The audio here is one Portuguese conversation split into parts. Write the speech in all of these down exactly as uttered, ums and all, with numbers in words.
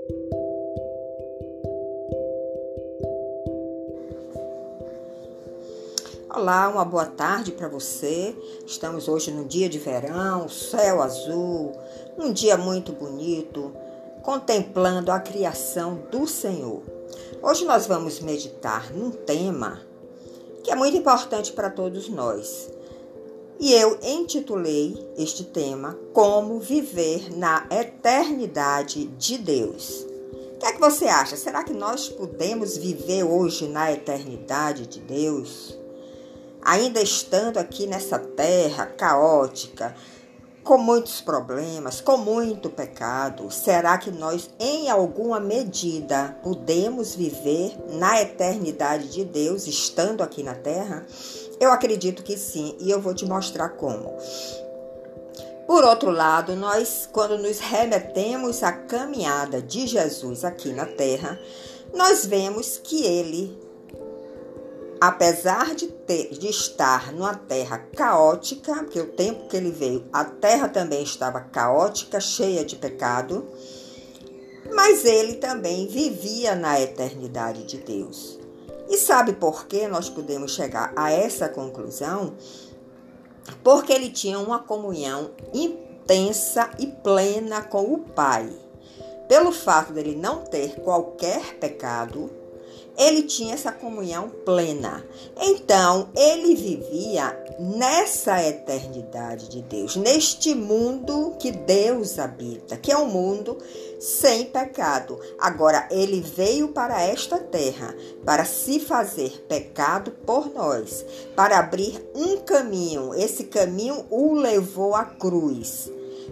Olá, uma boa tarde para você. Estamos hoje num dia de verão, céu azul, um dia muito bonito, contemplando a criação do Senhor. Hoje nós vamos meditar num tema que é muito importante para todos nós. E eu intitulei este tema Como Viver na Eternidade de Deus. O que é que você acha? Será que nós podemos viver hoje na eternidade de Deus? Ainda estando aqui nessa terra caótica, com muitos problemas, com muito pecado, será que nós, em alguma medida, podemos viver na eternidade de Deus, estando aqui na terra? Eu acredito que sim, e eu vou te mostrar como. Por outro lado, nós, quando nos remetemos à caminhada de Jesus aqui na terra, nós vemos que ele, apesar de, ter, de estar numa terra caótica, porque o tempo que ele veio, a terra também estava caótica, cheia de pecado, mas ele também vivia na eternidade de Deus. E sabe por que nós podemos chegar a essa conclusão? Porque ele tinha uma comunhão intensa e plena com o Pai. Pelo fato dele não ter qualquer pecado, ele tinha essa comunhão plena. Então, ele vivia nessa eternidade de Deus, neste mundo que Deus habita, que é um mundo sem pecado. Agora, ele veio para esta terra para se fazer pecado por nós, para abrir um caminho. Esse caminho o levou à cruz.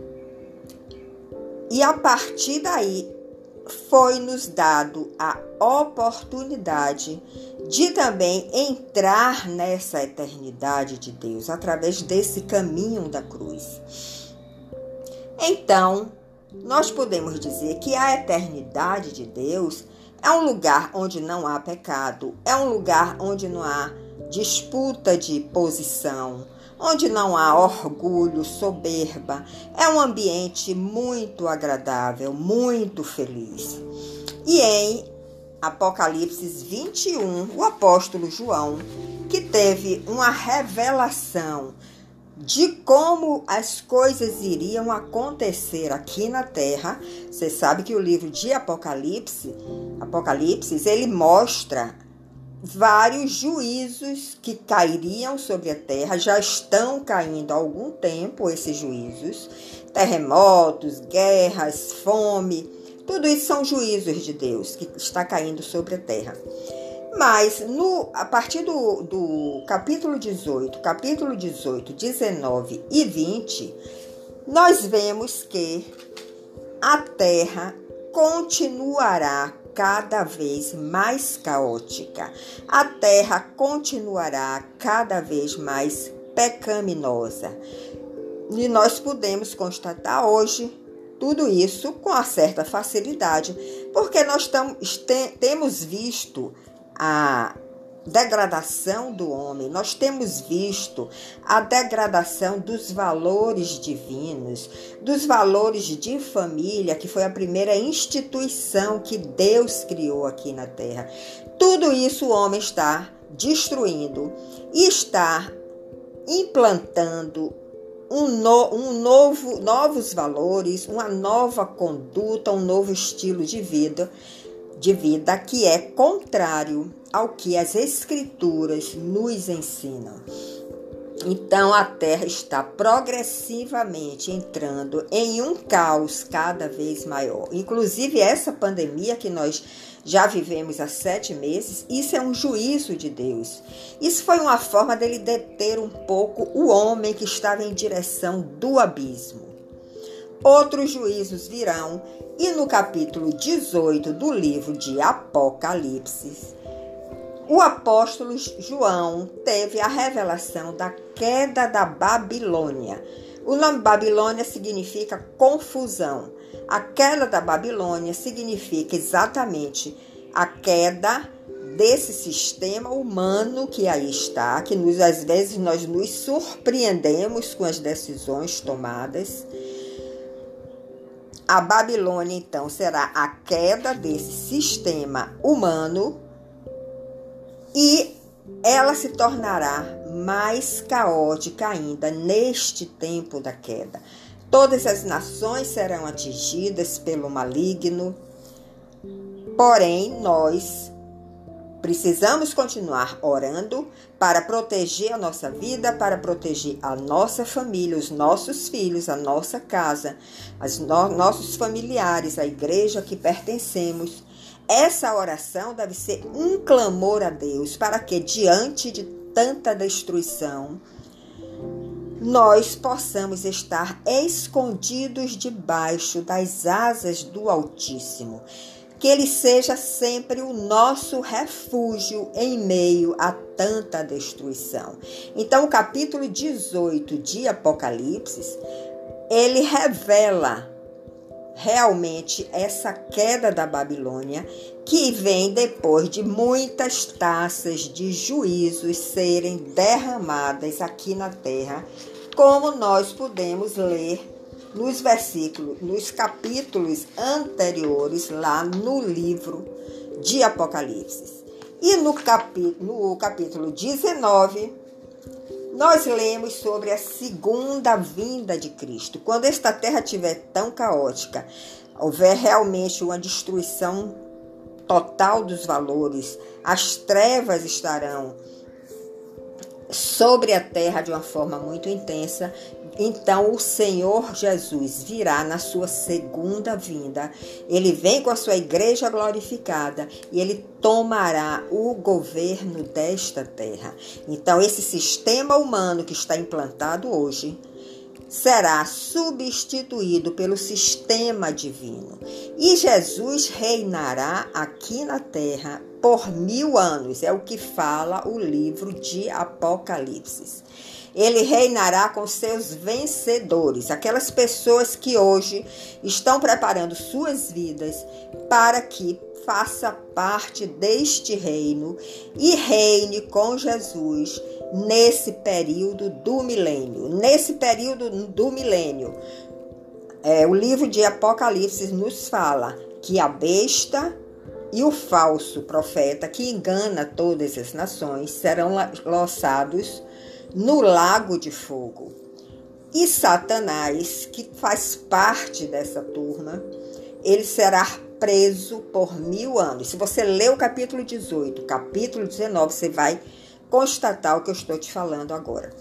E a partir daí, foi-nos dado a oportunidade de também entrar nessa eternidade de Deus, através desse caminho da cruz. Então, nós podemos dizer que a eternidade de Deus é um lugar onde não há pecado, é um lugar onde não há disputa de posição, onde não há orgulho, soberba. É um ambiente muito agradável, muito feliz. E em Apocalipse vinte e um, o apóstolo João, que teve uma revelação de como as coisas iriam acontecer aqui na terra. Você sabe que o livro de Apocalipse, Apocalipse, ele mostra vários juízos que cairiam sobre a terra, já estão caindo há algum tempo esses juízos, terremotos, guerras, fome, tudo isso são juízos de Deus que está caindo sobre a terra. Mas no, a partir do, do capítulo dezoito, capítulo dezoito, dezenove e vinte, nós vemos que a terra continuará cada vez mais caótica. A terra continuará cada vez mais pecaminosa. E nós podemos constatar hoje tudo isso com uma certa facilidade, porque nós tam, te, temos visto a degradação do homem, nós temos visto a degradação dos valores divinos, dos valores de família, que foi a primeira instituição que Deus criou aqui na terra. Tudo isso o homem está destruindo e está implantando um, no, um novo, novos valores, uma nova conduta, um novo estilo de vida, de vida que é contrário ao que as Escrituras nos ensinam. Então, a Terra está progressivamente entrando em um caos cada vez maior. Inclusive, essa pandemia que nós já vivemos há sete meses, isso é um juízo de Deus. Isso foi uma forma dele deter um pouco o homem que estava em direção do abismo. Outros juízos virão, e no capítulo dezoito do livro de Apocalipse, o apóstolo João teve a revelação da queda da Babilônia. O nome Babilônia significa confusão. A queda da Babilônia significa exatamente a queda desse sistema humano que aí está, que nos, às vezes nós nos surpreendemos com as decisões tomadas. a Babilônia, então, será a queda desse sistema humano e ela se tornará mais caótica ainda neste tempo da queda. Todas as nações serão atingidas pelo maligno, porém, nós precisamos continuar orando para proteger a nossa vida, para proteger a nossa família, os nossos filhos, a nossa casa, os no- nossos familiares, a igreja a que pertencemos. Essa oração deve ser um clamor a Deus para que, diante de tanta destruição, nós possamos estar escondidos debaixo das asas do Altíssimo. Que Ele seja sempre o nosso refúgio em meio a tanta destruição. Então, o capítulo dezoito de Apocalipse, ele revela realmente essa queda da Babilônia, que vem depois de muitas taças de juízos serem derramadas aqui na terra, como nós podemos ler nos versículos, nos capítulos anteriores, lá no livro de Apocalipse. E no, capi, no capítulo dezenove, nós lemos sobre a segunda vinda de Cristo. Quando esta terra estiver tão caótica, houver realmente uma destruição total dos valores, as trevas estarão sobre a terra de uma forma muito intensa, então o Senhor Jesus virá na sua segunda vinda. Ele vem com a sua igreja glorificada e ele tomará o governo desta terra. Então esse sistema humano que está implantado hoje será substituído pelo sistema divino. E Jesus reinará aqui na terra por mil anos. É o que fala o livro de Apocalipse. Ele reinará com seus vencedores, aquelas pessoas que hoje estão preparando suas vidas para que faça parte deste reino e reine com Jesus nesse período do milênio. Nesse período do milênio, é, o livro de Apocalipse nos fala que a besta e o falso profeta que engana todas as nações serão lançados no lago de fogo. E Satanás, que faz parte dessa turma, ele será preso por mil anos. Se você ler o capítulo dezoito, capítulo dezenove, você vai constatar o que eu estou te falando agora.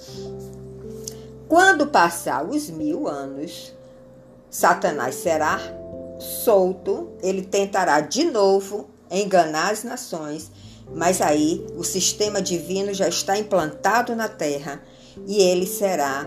Quando passar os mil anos, Satanás será solto, ele tentará de novo enganar as nações, mas aí o sistema divino já está implantado na terra e ele será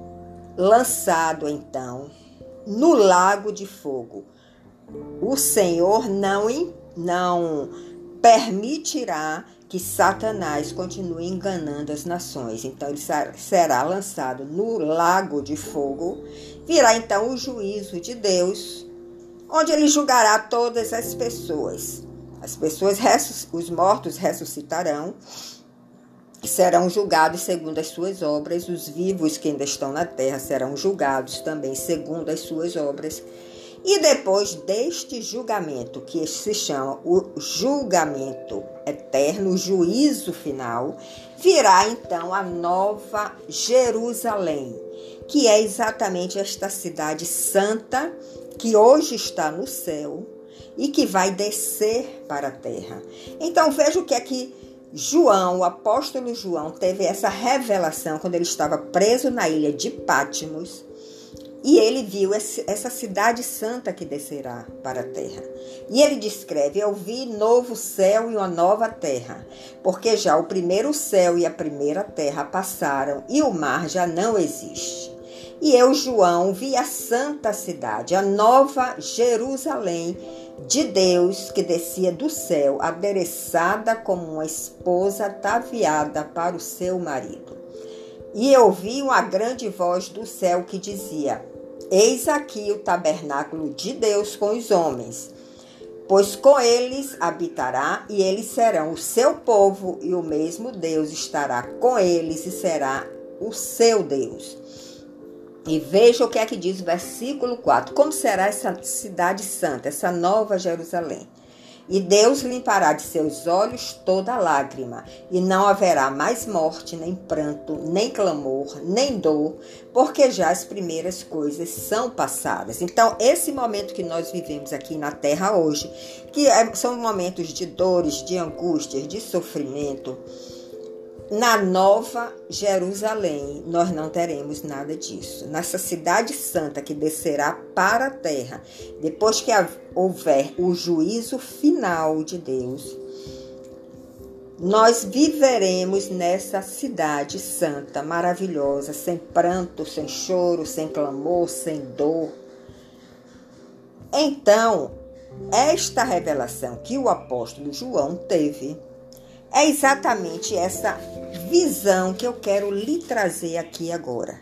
lançado então no lago de fogo. O Senhor não, não permitirá que Satanás continue enganando as nações. Então ele será lançado no lago de fogo. Virá então o juízo de Deus, onde ele julgará todas as pessoas. As pessoas, os mortos ressuscitarão e serão julgados segundo as suas obras. Os vivos que ainda estão na terra serão julgados também segundo as suas obras. E depois deste julgamento, que se chama o julgamento eterno, o juízo final, virá então a nova Jerusalém, que é exatamente esta cidade santa que hoje está no céu e que vai descer para a terra. Então veja o que é que João, o apóstolo João, teve essa revelação quando ele estava preso na ilha de Patmos. E ele viu essa cidade santa que descerá para a terra. E ele descreve: eu vi novo céu e uma nova terra, porque já o primeiro céu e a primeira terra passaram e o mar já não existe. E eu, João, vi a santa cidade, a nova Jerusalém de Deus, que descia do céu, adereçada como uma esposa ataviada para o seu marido. E eu ouvi uma grande voz do céu que dizia: eis aqui o tabernáculo de Deus com os homens, pois com eles habitará, e eles serão o seu povo, e o mesmo Deus estará com eles e será o seu Deus. E veja o que é que diz o versículo quatro. Como será essa cidade santa, essa nova Jerusalém? E Deus limpará de seus olhos toda lágrima, e não haverá mais morte, nem pranto, nem clamor, nem dor, porque já as primeiras coisas são passadas. Então, esse momento que nós vivemos aqui na terra hoje, que é, são momentos de dores, de angústias, de sofrimento, na nova Jerusalém, nós não teremos nada disso. Nessa cidade santa que descerá para a terra, depois que houver o juízo final de Deus, nós viveremos nessa cidade santa, maravilhosa, sem pranto, sem choro, sem clamor, sem dor. Então, esta revelação que o apóstolo João teve, é exatamente essa visão que eu quero lhe trazer aqui agora.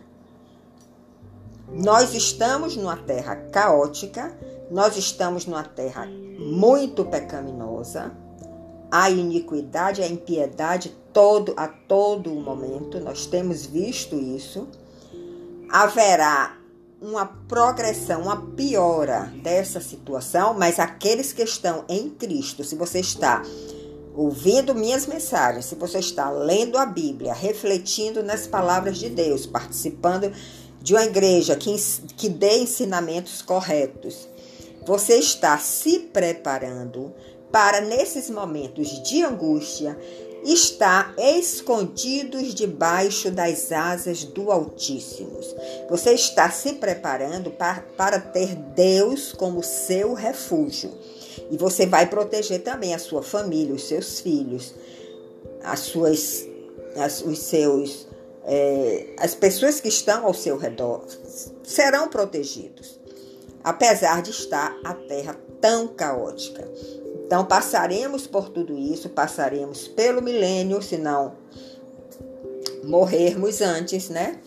Nós estamos numa terra caótica, nós estamos numa terra muito pecaminosa, a iniquidade, a impiedade todo, a todo momento, nós temos visto isso. Haverá uma progressão, uma piora dessa situação, mas aqueles que estão em Cristo, se você está ouvindo minhas mensagens, se você está lendo a Bíblia, refletindo nas palavras de Deus, participando de uma igreja que, que dê ensinamentos corretos, você está se preparando para, nesses momentos de angústia, estar escondidos debaixo das asas do Altíssimo. Você está se preparando para, para ter Deus como seu refúgio. E você vai proteger também a sua família, os seus filhos, as suas, as, os seus, é, as pessoas que estão ao seu redor serão protegidos, apesar de estar a terra tão caótica. Então passaremos por tudo isso, passaremos pelo milênio, se não morrermos antes, né?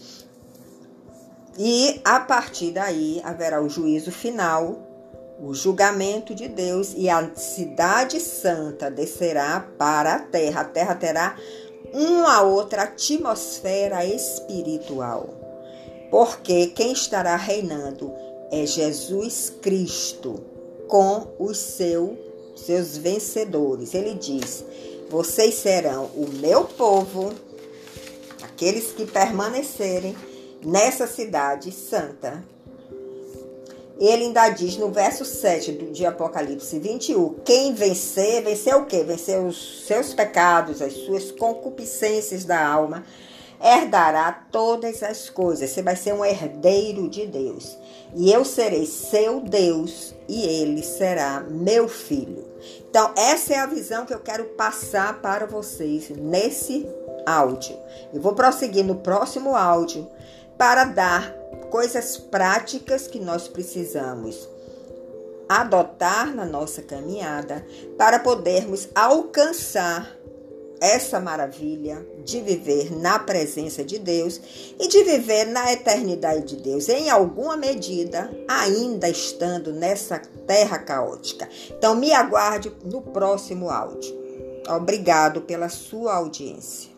E a partir daí haverá o juízo final, o julgamento de Deus, e a cidade santa descerá para a terra. A terra terá uma outra atmosfera espiritual, porque quem estará reinando é Jesus Cristo com os seu, seus vencedores. Ele diz: vocês serão o meu povo, aqueles que permanecerem nessa cidade santa. Ele ainda diz no verso sete de Apocalipse vinte e um, quem vencer, vencer o quê? Vencer os seus pecados, as suas concupiscências da alma, herdará todas as coisas. Você vai ser um herdeiro de Deus. E eu serei seu Deus e ele será meu filho. Então, essa é a visão que eu quero passar para vocês nesse áudio. Eu vou prosseguir no próximo áudio para dar coisas práticas que nós precisamos adotar na nossa caminhada para podermos alcançar essa maravilha de viver na presença de Deus e de viver na eternidade de Deus, em alguma medida, ainda estando nessa terra caótica. Então, me aguarde no próximo áudio. Obrigado pela sua audiência.